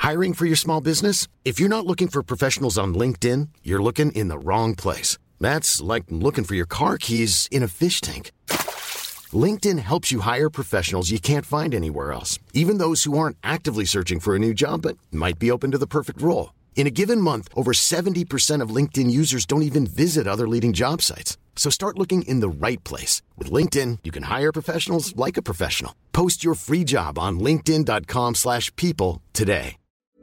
Hiring for your small business? If you're not looking for professionals on LinkedIn, you're looking in the wrong place. That's like looking for your car keys in a fish tank. LinkedIn helps you hire professionals you can't find anywhere else, even those who aren't actively searching for a new job but might be open to the perfect role. In a given month, over 70% of LinkedIn users don't even visit other leading job sites. So start looking in the right place. With LinkedIn, you can hire professionals like a professional. Post your free job on linkedin.com/people today.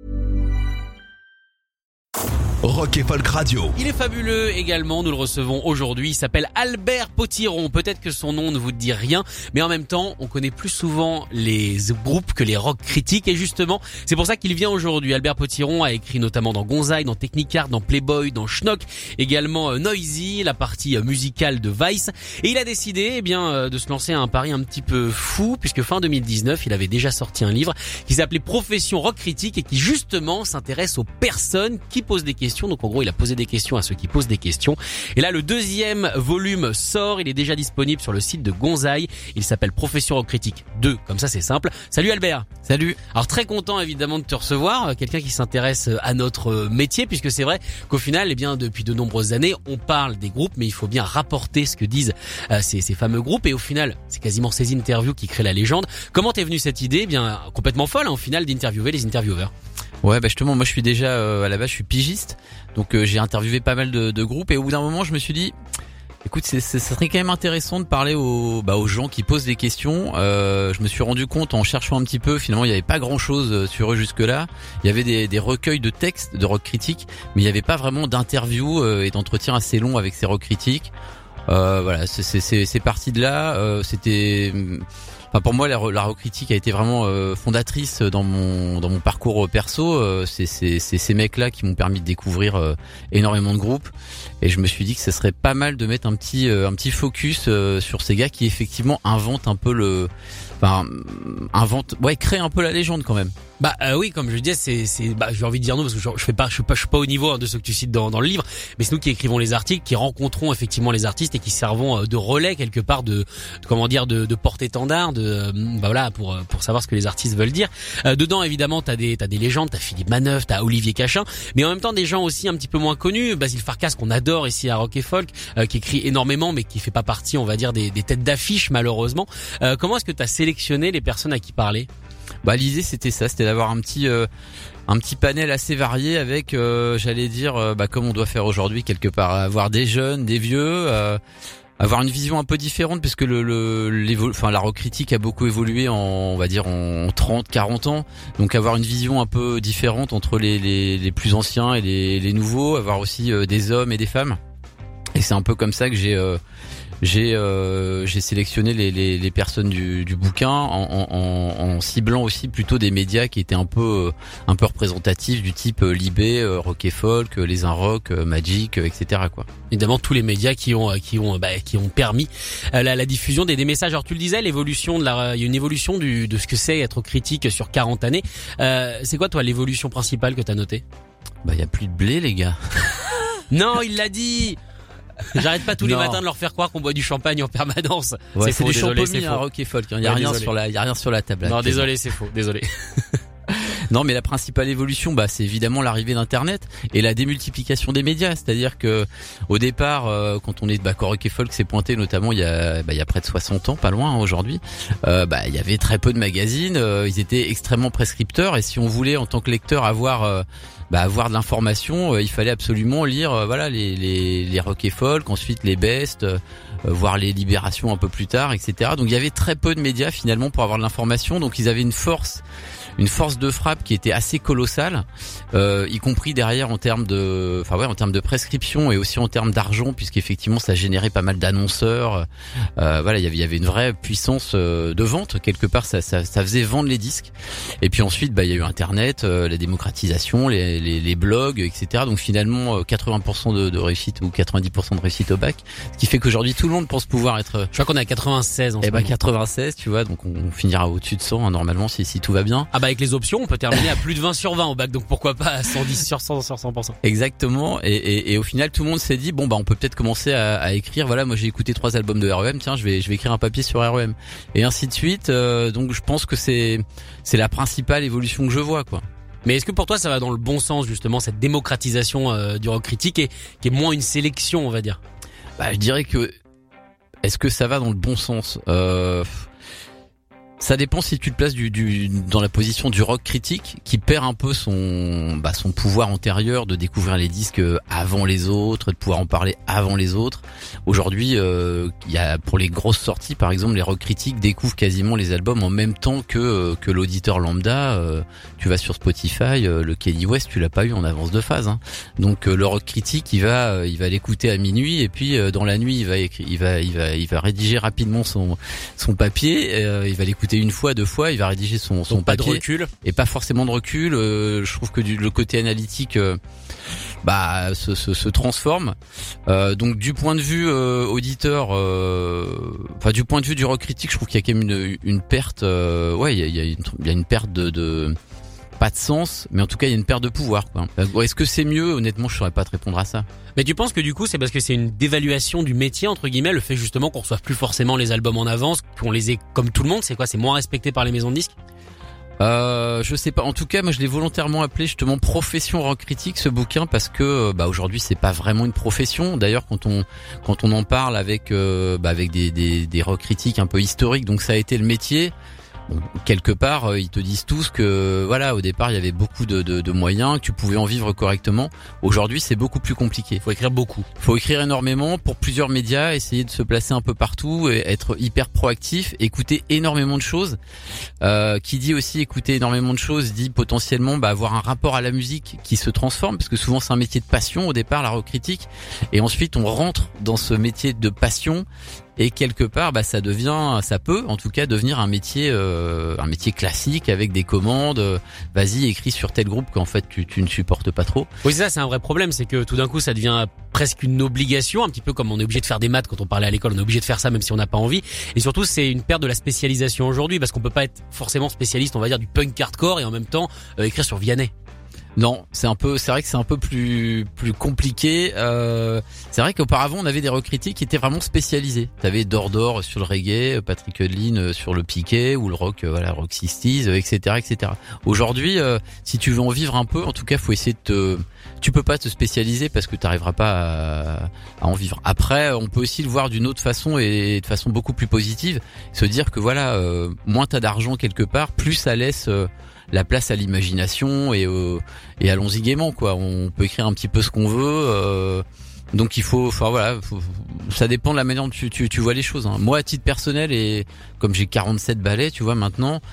Rock et Folk Radio. Il est fabuleux également, nous le recevons aujourd'hui, il s'appelle Albert Potiron. Peut-être que son nom ne vous dit rien, mais en même temps, on connaît plus souvent les groupes que les rock critiques et justement, c'est pour ça qu'il vient aujourd'hui. Albert Potiron a écrit notamment dans Gonzaï, dans Technicart, dans Playboy, dans Schnock, également Noisy, la partie musicale de Vice et il a décidé de se lancer à un pari un petit peu fou puisque fin 2019, il avait déjà sorti un livre qui s'appelait Profession rock critique et qui justement s'intéresse aux personnes qui posent des questions. Donc en gros, il a posé des questions à ceux qui posent des questions. Et là, le deuxième volume sort. Il est déjà disponible sur le site de Gonzaï. Il s'appelle Profession rock critique 2. Comme ça, c'est simple. Salut Albert. Salut. Alors très content évidemment de te recevoir. Quelqu'un qui s'intéresse à notre métier puisque c'est vrai qu'au final, depuis de nombreuses années, on parle des groupes, mais il faut bien rapporter ce que disent ces fameux groupes. Et au final, c'est quasiment ces interviews qui créent la légende. Comment t'es venue cette idée, complètement folle au final, d'interviewer les intervieweurs? Ouais, justement, moi je suis déjà à la base je suis pigiste, donc j'ai interviewé pas mal de groupes et au bout d'un moment je me suis dit, écoute, ça serait quand même intéressant de parler aux gens qui posent des questions. Je me suis rendu compte en cherchant un petit peu, finalement il y avait pas grand chose sur eux jusque là. Il y avait des recueils de textes de rock critiques, mais il y avait pas vraiment d'interviews et d'entretiens assez longs avec ces rock critiques. Voilà, c'est parti de là. Pour moi, la rock critique a été vraiment fondatrice dans mon parcours perso. C'est ces mecs-là qui m'ont permis de découvrir énormément de groupes. Et je me suis dit que ce serait pas mal de mettre un petit focus sur ces gars qui effectivement inventent un peu créent un peu la légende quand même. Oui, comme je disais, j'ai envie de dire non parce que je suis pas au niveau de ceux que tu cites dans le livre, mais c'est nous qui écrivons les articles, qui rencontrons effectivement les artistes et qui servons de relais quelque part de porte-étendard pour savoir ce que les artistes veulent dire. Dedans évidemment, t'as des légendes, t'as Philippe Manœuvre, t'as Olivier Cachin, mais en même temps des gens aussi un petit peu moins connus, Basile Farkas qu'on adore ici à Rock et Folk, qui écrit énormément mais qui fait pas partie, on va dire, des têtes d'affiche malheureusement. Comment est-ce que t'as sélectionné les personnes à qui parler? L'idée c'était d'avoir un petit panel assez varié avec comme on doit faire aujourd'hui quelque part, avoir des jeunes, des vieux, avoir une vision un peu différente puisque la rock critique a beaucoup évolué en 30-40 ans, donc avoir une vision un peu différente entre les plus anciens et les nouveaux, avoir aussi des hommes et des femmes. Et c'est un peu comme ça que j'ai sélectionné les personnes du bouquin en ciblant aussi plutôt des médias qui étaient un peu représentatifs du type Libé, Rock et Folk, Les Inrocks, Magic, etc. quoi. Évidemment tous les médias qui ont permis la diffusion des messages. Alors tu le disais, il y a une évolution de ce que c'est être critique sur 40 années. C'est quoi toi l'évolution principale que t'as notée? Il y a plus de blé les gars. Non, il l'a dit. J'arrête pas tous les matins de leur faire croire qu'on boit du champagne en permanence. Ouais, c'est du champomis à Rock et Folk. Il y a rien sur la table. Non, désolé, c'est faux. Désolé. Non, mais la principale évolution, c'est évidemment l'arrivée d'Internet et la démultiplication des médias. C'est-à-dire que au départ, quand Rock et Folk s'est pointé, notamment il y a près de 60 ans, pas loin aujourd'hui, il y avait très peu de magazines. Ils étaient extrêmement prescripteurs et si on voulait en tant que lecteur avoir de l'information, il fallait absolument lire les Rock et Folk, ensuite les Best, voir les Libérations un peu plus tard, etc. Donc il y avait très peu de médias finalement pour avoir de l'information. Donc ils avaient une force de frappe qui était assez colossale, y compris derrière en termes de prescription et aussi en termes d'argent, puisqu'effectivement ça générait pas mal d'annonceurs. Il y avait une vraie puissance de vente quelque part. Ça faisait vendre les disques. Et puis ensuite, il y a eu Internet, la démocratisation, les blogs, etc. Donc finalement, 80% de réussite ou 90% de réussite au bac, ce qui fait qu'aujourd'hui tout le monde pense pouvoir être. Je crois qu'on est à 96 en ce moment. 96, tu vois, donc on finira au-dessus de 100 normalement si tout va bien. Avec les options, on peut terminer à plus de 20 sur 20 au bac, donc pourquoi pas à 110 sur 100 sur 100%. Exactement. Et au final, tout le monde s'est dit on peut peut-être commencer à écrire. Voilà, moi j'ai écouté 3 albums de REM. Tiens, je vais écrire un papier sur REM. Et ainsi de suite. Donc je pense que c'est la principale évolution que je vois, quoi. Mais est-ce que pour toi ça va dans le bon sens justement cette démocratisation du rock critique et qui est moins une sélection, on va dire? Je dirais que est-ce que ça va dans le bon sens? Ça dépend si tu te places dans la position du rock critique qui perd un peu son pouvoir antérieur de découvrir les disques avant les autres, de pouvoir en parler avant les autres. Aujourd'hui, il y a pour les grosses sorties, par exemple, les rock critiques découvrent quasiment les albums en même temps que l'auditeur lambda. Tu vas sur Spotify, le Kanye West, tu l'as pas eu en avance de phase, hein. Donc le rock critique, il va l'écouter à minuit et puis dans la nuit, il va rédiger rapidement son papier, il va l'écouter une fois, deux fois, il va rédiger son papier. Pas de recul. Et pas forcément de recul. Je trouve que le côté analytique se transforme. Donc du point de vue auditeur, du point de vue du rock critique, je trouve qu'il y a quand même une perte. Il y a une perte de pas de sens, mais en tout cas il y a une perte de pouvoir, quoi. Est-ce que c'est mieux? Honnêtement, je saurais pas te répondre à ça. Mais tu penses que du coup c'est parce que c'est une dévaluation du métier entre guillemets, le fait justement qu'on reçoive plus forcément les albums en avance, qu'on les ait comme tout le monde, c'est quoi? C'est moins respecté par les maisons de disques? Je sais pas. En tout cas, moi je l'ai volontairement appelé justement profession rock critique, ce bouquin, parce que aujourd'hui c'est pas vraiment une profession. D'ailleurs, quand on en parle avec des rock critiques un peu historiques, donc ça a été le métier. Bon, quelque part, ils te disent tous que voilà, au départ il y avait beaucoup de moyens, que tu pouvais en vivre correctement. Aujourd'hui, c'est beaucoup plus compliqué. Faut écrire beaucoup. Faut écrire énormément pour plusieurs médias, essayer de se placer un peu partout et être hyper proactif, écouter énormément de choses. Qui dit aussi écouter énormément de choses dit potentiellement avoir un rapport à la musique qui se transforme, parce que souvent c'est un métier de passion au départ, la rock critique, et ensuite on rentre dans ce métier de passion. Et quelque part, ça peut en tout cas devenir un métier classique avec des commandes. Vas-y, écris sur tel groupe qu'en fait tu ne supportes pas trop. Oui, c'est un vrai problème, c'est que tout d'un coup ça devient presque une obligation, un petit peu comme on est obligé de faire des maths quand on parlait à l'école, on est obligé de faire ça même si on n'a pas envie. Et surtout, c'est une perte de la spécialisation aujourd'hui, parce qu'on peut pas être forcément spécialiste, on va dire, du punk hardcore et en même temps écrire sur Vianney. Non, c'est vrai que c'est un peu plus compliqué. C'est vrai qu'auparavant on avait des rock critiques qui étaient vraiment spécialisés. T'avais Dordor sur le reggae, Patrick Hudlin sur le piquet ou le rock, rock 60s, etc. Aujourd'hui, si tu veux en vivre un peu, en tout cas, faut essayer tu peux pas te spécialiser parce que t'arriveras pas à en vivre. Après, on peut aussi le voir d'une autre façon et de façon beaucoup plus positive, se dire que moins t'as d'argent quelque part, plus ça laisse la place à l'imagination et allons-y gaiement, quoi. On peut écrire un petit peu ce qu'on veut. Donc il faut, ça dépend de la manière dont tu vois les choses, hein. Moi, à titre personnel, et comme j'ai 47 ballets, tu vois, maintenant,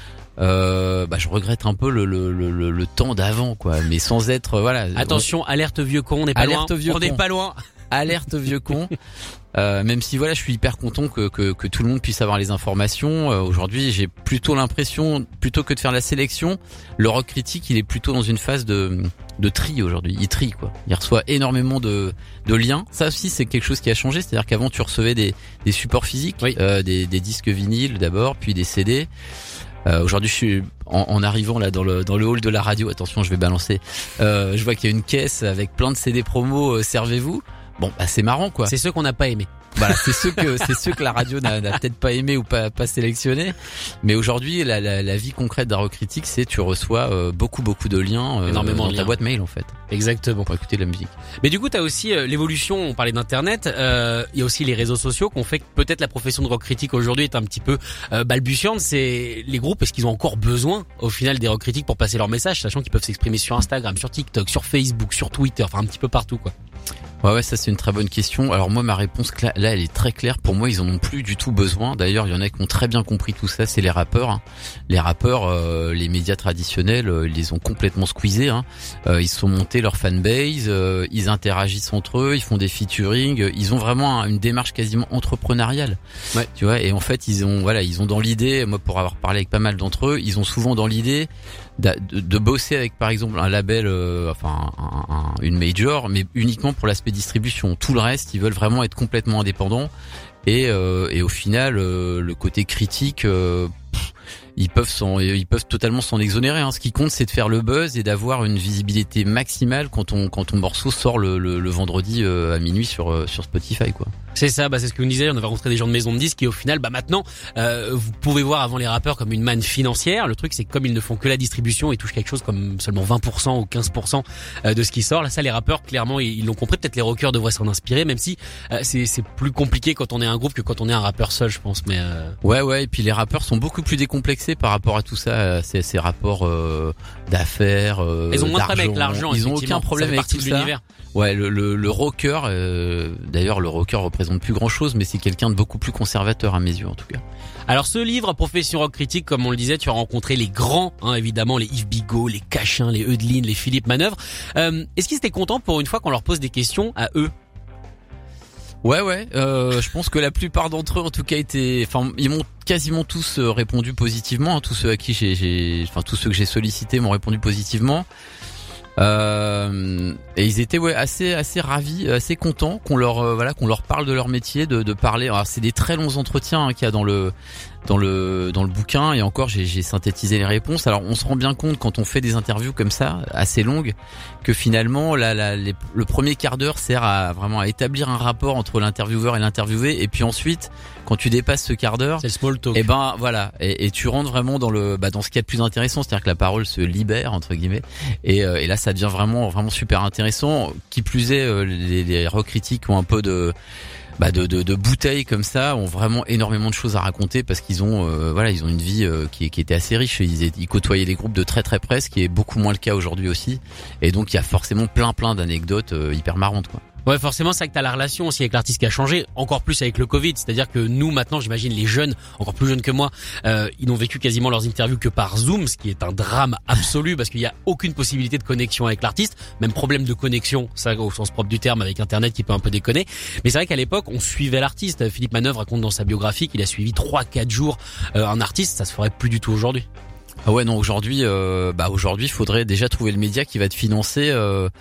je regrette un peu le temps d'avant, quoi. Mais sans être, Attention, alerte vieux con, on n'est pas loin. Alerte vieux con. Même si je suis hyper content que tout le monde puisse avoir les informations. Aujourd'hui, j'ai plutôt l'impression, plutôt que de faire la sélection, le rock critique, il est plutôt dans une phase de tri aujourd'hui. Il trie, quoi. Il reçoit énormément de liens. Ça aussi, c'est quelque chose qui a changé. C'est-à-dire qu'avant, tu recevais des supports physiques, oui. Des disques vinyles d'abord, puis des CD. Aujourd'hui, je suis en arrivant là dans le hall de la radio. Attention, je vais balancer. Je vois qu'il y a une caisse avec plein de CD promo. Servez-vous. Bon, c'est marrant, quoi. C'est ceux qu'on n'a pas aimé. Voilà, c'est ceux que la radio n'a peut-être pas aimé ou pas sélectionné. Mais aujourd'hui, la vie concrète d'un rock critique, c'est tu reçois beaucoup de liens énormément dans de ta liens. Boîte mail, en fait. Exactement. Pour écouter de la musique. Mais du coup, t'as aussi l'évolution. On parlait d'internet. Il y a aussi les réseaux sociaux qui ont fait que peut-être la profession de rock critique aujourd'hui est un petit peu balbutiante. C'est les groupes, est-ce qu'ils ont encore besoin au final des rock critiques pour passer leur message, sachant qu'ils peuvent s'exprimer sur Instagram, sur TikTok, sur Facebook, sur Twitter, enfin un petit peu partout, quoi. Ouais, ça c'est une très bonne question. Alors moi, ma réponse là, elle est très claire. Pour moi, ils en ont plus du tout besoin. D'ailleurs, il y en a qui ont très bien compris tout ça. C'est les rappeurs, hein. Les rappeurs, les médias traditionnels, ils les ont complètement squeezés, hein. Ils se sont montés leur fanbase, ils interagissent entre eux, ils font des featuring. Ils ont vraiment une démarche quasiment entrepreneuriale. Ouais. Tu vois. Et en fait, ils ont dans l'idée. Moi, pour avoir parlé avec pas mal d'entre eux, ils ont souvent dans l'idée de bosser avec, par exemple, un label, une major, mais uniquement pour l'aspect distribution. Tout le reste, ils veulent vraiment être complètement indépendants. Et au final, le côté critique, ils peuvent totalement s'en exonérer, hein. Ce qui compte, c'est de faire le buzz et d'avoir une visibilité maximale quand ton morceau sort le vendredi à minuit sur Spotify, quoi. C'est ça, c'est ce que vous disiez, on avait rencontré des gens de maison de disques qui au final, maintenant, vous pouvez voir avant les rappeurs comme une manne financière. Le truc, c'est que comme ils ne font que la distribution, ils touchent quelque chose comme seulement 20% ou 15% de ce qui sort. Là, ça, les rappeurs, clairement, ils l'ont compris. Peut-être les rockers devraient s'en inspirer, même si c'est plus compliqué quand on est un groupe que quand on est un rappeur seul, je pense. Mais ouais, et puis les rappeurs sont beaucoup plus décomplexés par rapport à tout ça, ces rapports d'affaires, ils ont moins de problème avec l'argent. Ils ont aucun problème avec tout ça. Ouais, le rocker, d'ailleurs le rocker représente plus grand chose, mais c'est quelqu'un de beaucoup plus conservateur à mes yeux en tout cas. Alors ce livre, Profession Rock Critique, comme on le disait, tu as rencontré les grands, évidemment, les Yves Bigot, les Cachin, les Eudeline, les Philippe Manœuvre. Est-ce qu'ils étaient contents pour une fois qu'on leur pose des questions à eux? Ouais, je pense que la plupart d'entre eux en tout cas ils m'ont quasiment tous répondu positivement, tous ceux à qui tous ceux que j'ai sollicités m'ont répondu positivement. Et ils étaient assez ravis, assez contents qu'on leur parle de leur métier, de parler. Alors c'est des très longs entretiens qu'il y a dans le bouquin, et encore j'ai synthétisé les réponses. Alors on se rend bien compte quand on fait des interviews comme ça assez longues que finalement le premier quart d'heure sert à établir un rapport entre l'intervieweur et l'interviewé, et puis ensuite quand tu dépasses ce quart d'heure, c'est le small talk. Et tu rentres vraiment dans ce qu'il y a de plus intéressant, c'est-à-dire que la parole se libère entre guillemets, et là ça devient vraiment super intéressant. Qui plus est, les rock critiques ont un peu de bouteilles comme ça, ont vraiment énormément de choses à raconter parce qu'ils ont ils ont une vie qui était assez riche. Ils côtoyaient les groupes de très très près, ce qui est beaucoup moins le cas aujourd'hui aussi, et donc il y a forcément plein d'anecdotes hyper marrantes quoi. Ouais, forcément, c'est vrai que t'as la relation aussi avec l'artiste qui a changé, encore plus avec le Covid. C'est-à-dire que nous, maintenant, j'imagine les jeunes, encore plus jeunes que moi, ils n'ont vécu quasiment leurs interviews que par Zoom, ce qui est un drame absolu parce qu'il y a aucune possibilité de connexion avec l'artiste, même problème de connexion, ça au sens propre du terme, avec Internet qui peut un peu déconner. Mais c'est vrai qu'à l'époque, on suivait l'artiste. Philippe Manœuvre raconte dans sa biographie qu'il a suivi 3-4 jours un artiste, ça se ferait plus du tout aujourd'hui. Ah ouais, non, aujourd'hui il faudrait déjà trouver le média qui va te financer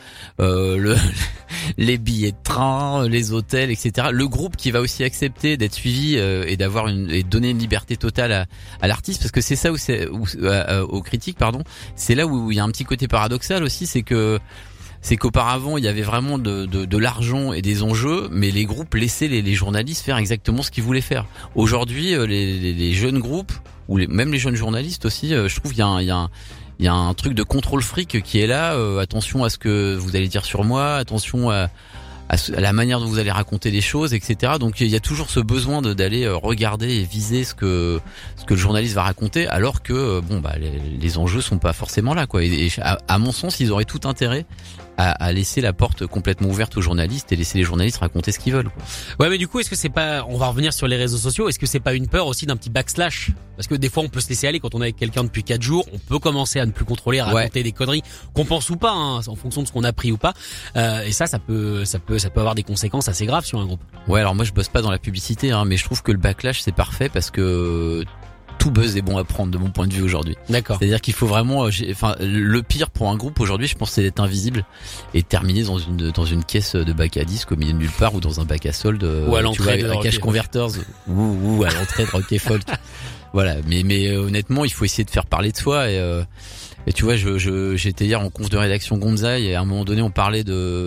les billets de train, les hôtels, etc. Le groupe qui va aussi accepter d'être suivi et de donner une liberté totale à l'artiste, parce que c'est ça aux critiques, pardon. C'est là où il y a un petit côté paradoxal aussi, c'est qu'auparavant il y avait vraiment de l'argent et des enjeux, mais les groupes laissaient les journalistes faire exactement ce qu'ils voulaient faire. Aujourd'hui, les jeunes groupes ou même les jeunes journalistes aussi, je trouve qu'il y a un truc de contrôle fric qui est là. Attention à ce que vous allez dire sur moi, attention à la manière dont vous allez raconter les choses, etc. Donc il y a toujours ce besoin d'aller regarder et viser ce que le journaliste va raconter, alors que les enjeux sont pas forcément là quoi. Et à mon sens, ils auraient tout intérêt à laisser la porte complètement ouverte aux journalistes et laisser les journalistes raconter ce qu'ils veulent quoi. Ouais, mais du coup, est-ce que c'est pas, on va revenir sur les réseaux sociaux, est-ce que c'est pas une peur aussi d'un petit backslash? Parce que des fois on peut se laisser aller quand on est avec quelqu'un depuis 4 jours, on peut commencer à ne plus contrôler, à raconter des conneries qu'on pense ou pas, en fonction de ce qu'on a pris ou pas. Et ça peut avoir des conséquences assez graves sur un groupe. Ouais, alors moi je bosse pas dans la publicité, mais je trouve que le backlash c'est parfait parce que tout buzz est bon à prendre de mon point de vue aujourd'hui. D'accord. C'est-à-dire qu'il faut vraiment, le pire pour un groupe aujourd'hui, je pense, c'est d'être invisible et terminer dans une caisse de bac à disques au milieu de nulle part, ou dans un bac à solde, ou à l'entrée de Cash Converters, ou à l'entrée de Rock et Folk. Voilà. Mais honnêtement, il faut essayer de faire parler de soi et tu vois, j'étais hier en conf de rédaction Gonzaï, et à un moment donné, on parlait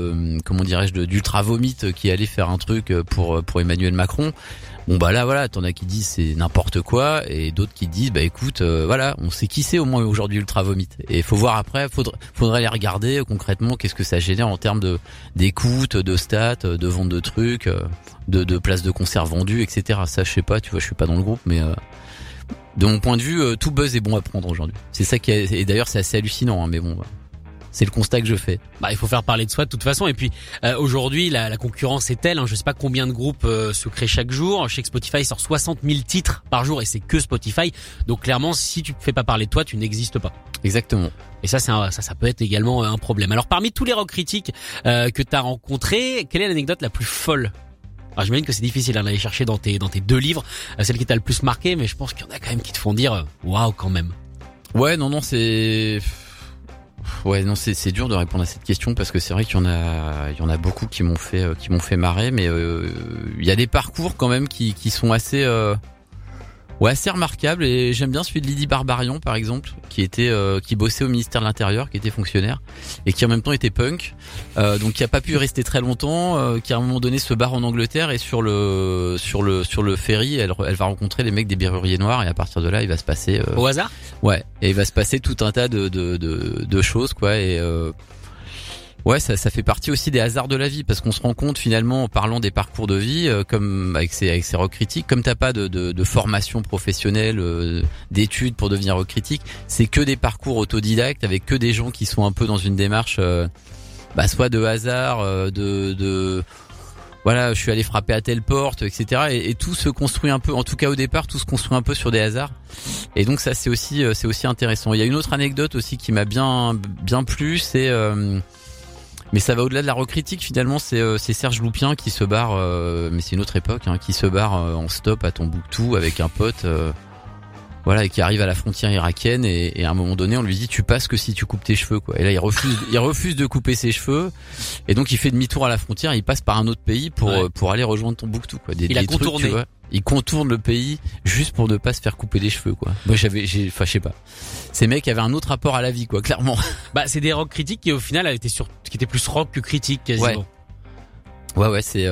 d'Ultra Vomit qui allait faire un truc pour Emmanuel Macron. Bon là t'en as qui disent c'est n'importe quoi, et d'autres qui disent écoute, on sait qui c'est au moins aujourd'hui Ultra Vomit, et il faut voir après, faudrait les regarder concrètement, qu'est-ce que ça génère en termes d'écoute, de stats, de vente de trucs, de places de concert vendues, etc. Ça je sais pas, tu vois, je suis pas dans le groupe, mais de mon point de vue, tout buzz est bon à prendre aujourd'hui. C'est ça et d'ailleurs c'est assez hallucinant, mais bon. C'est le constat que je fais. Il faut faire parler de soi de toute façon. Et puis aujourd'hui, la concurrence est telle. Je sais pas combien de groupes se créent chaque jour. Je sais que Spotify sort 60 000 titres par jour, et c'est que Spotify. Donc clairement, si tu fais pas parler de toi, tu n'existes pas. Exactement. Et ça peut être également un problème. Alors parmi tous les rock critiques que t'as rencontrés, quelle est l'anecdote la plus folle? Alors j'imagine que c'est difficile d'aller chercher dans tes 2 livres celle qui t'a le plus marqué, mais je pense qu'il y en a quand même qui te font dire waouh quand même. Ouais, non, c'est dur de répondre à cette question, parce que c'est vrai qu'il y en a beaucoup qui m'ont fait marrer, mais il y a des parcours quand même qui sont assez Ouais, assez remarquable, et j'aime bien celui de Lydie Barbarian par exemple, qui bossait au ministère de l'Intérieur, qui était fonctionnaire et qui en même temps était punk, donc qui a pas pu rester très longtemps, qui à un moment donné se barre en Angleterre, et sur le ferry, elle va rencontrer les mecs des Berruriers Noirs, et à partir de là, il va se passer au hasard. Ouais, et il va se passer tout un tas de choses quoi, et ouais, ça fait partie aussi des hasards de la vie, parce qu'on se rend compte finalement en parlant des parcours de vie, comme avec ces rock critiques, comme t'as pas de formation professionnelle, d'études pour devenir rock critique, c'est que des parcours autodidactes avec que des gens qui sont un peu dans une démarche, soit de hasard, voilà, je suis allé frapper à telle porte, etc. Et tout se construit un peu, en tout cas au départ, tout se construit un peu sur des hasards. Et donc ça c'est aussi intéressant. Il y a une autre anecdote aussi qui m'a bien plu, c'est mais ça va au-delà de la rock critique finalement, c'est Serge Loupien qui se barre, mais c'est une autre époque, qui se barre en stop à Tombouctou avec un pote, voilà, et qui arrive à la frontière irakienne, et à un moment donné on lui dit tu passes que si tu coupes tes cheveux quoi. Et là il refuse de couper ses cheveux, et donc il fait demi-tour à la frontière, il passe par un autre pays pour aller rejoindre Tombouctou quoi. Il a contourné. Trucs, tu vois, il contourne le pays juste pour ne pas se faire couper les cheveux quoi. Moi je sais pas. Ces mecs avaient un autre rapport à la vie quoi, clairement. C'est des rock critiques qui au final qui étaient plus rock que critique quasiment. Ouais, c'est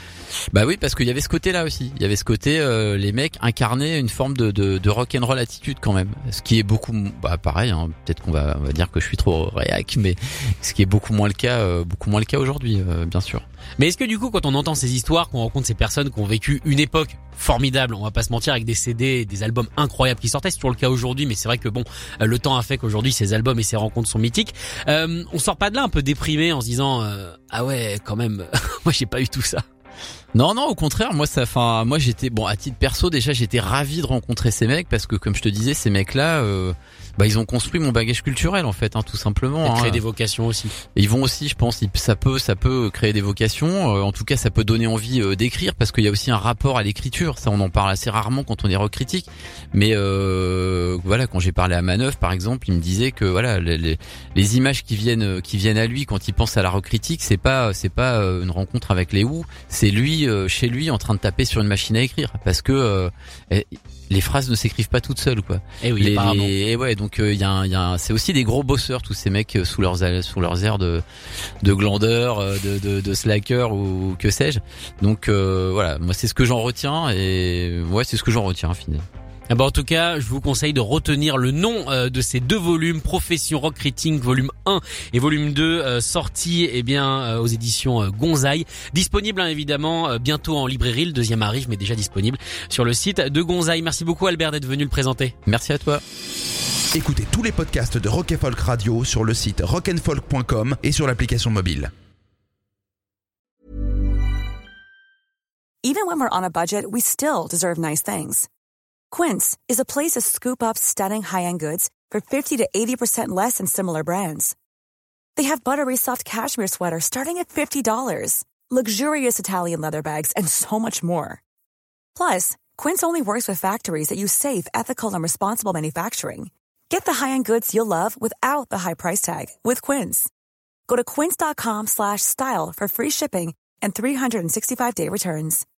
oui, parce qu'il y avait ce côté-là aussi. Il y avait ce côté, les mecs incarnaient une forme de rock'n'roll attitude quand même. Ce qui est beaucoup, pareil. Peut-être qu'on va dire que je suis trop réac, mais ce qui est beaucoup moins le cas aujourd'hui, bien sûr. Mais est-ce que du coup, quand on entend ces histoires, qu'on rencontre ces personnes qui ont vécu une époque formidable, on va pas se mentir, avec des CD, des albums incroyables qui sortaient, c'est toujours le cas aujourd'hui, mais c'est vrai que le temps a fait qu'aujourd'hui ces albums et ces rencontres sont mythiques. On sort pas de là un peu déprimé en se disant ah ouais, quand même, moi j'ai pas eu tout ça. Non, au contraire, moi j'étais, à titre perso déjà, j'étais ravi de rencontrer ces mecs, parce que comme je te disais, ces mecs-là, ils ont construit mon bagage culturel en fait, tout simplement. Et créer des vocations aussi. Et ils vont aussi, je pense, ça peut créer des vocations. En tout cas, ça peut donner envie d'écrire, parce qu'il y a aussi un rapport à l'écriture. Ça, on en parle assez rarement quand on est rock critique. Mais voilà, quand j'ai parlé à Manœuvre, par exemple, il me disait que voilà, les images qui viennent à lui quand il pense à la rock critique, c'est pas une rencontre avec les Who, c'est lui chez lui en train de taper sur une machine à écrire, parce que les phrases ne s'écrivent pas toutes seules quoi. Et oui, apparemment. Et ouais, donc c'est aussi des gros bosseurs tous ces mecs sous leurs airs de glandeurs, de slackers ou que sais-je. Donc voilà, moi c'est ce que j'en retiens, et ouais, c'est ce que j'en retiens finalement. En tout cas, je vous conseille de retenir le nom de ces deux volumes, Profession Rock Critique, volume 1 et volume 2, sortis aux éditions Gonzaï. Disponible évidemment bientôt en librairie, le deuxième arrive, mais déjà disponible sur le site de Gonzaï. Merci beaucoup Albert d'être venu le présenter. Merci à toi. Écoutez tous les podcasts de Rock & Folk Radio sur le site rockandfolk.com et sur l'application mobile. Even when we're on a budget, we still deserve nice things. Quince is a place to scoop up stunning high-end goods for 50 to 80% less than similar brands. They have buttery soft cashmere sweaters starting at $50, luxurious Italian leather bags, and so much more. Plus, Quince only works with factories that use safe, ethical, and responsible manufacturing. Get the high-end goods you'll love without the high price tag with Quince. Go to quince.com/style for free shipping and 365-day returns.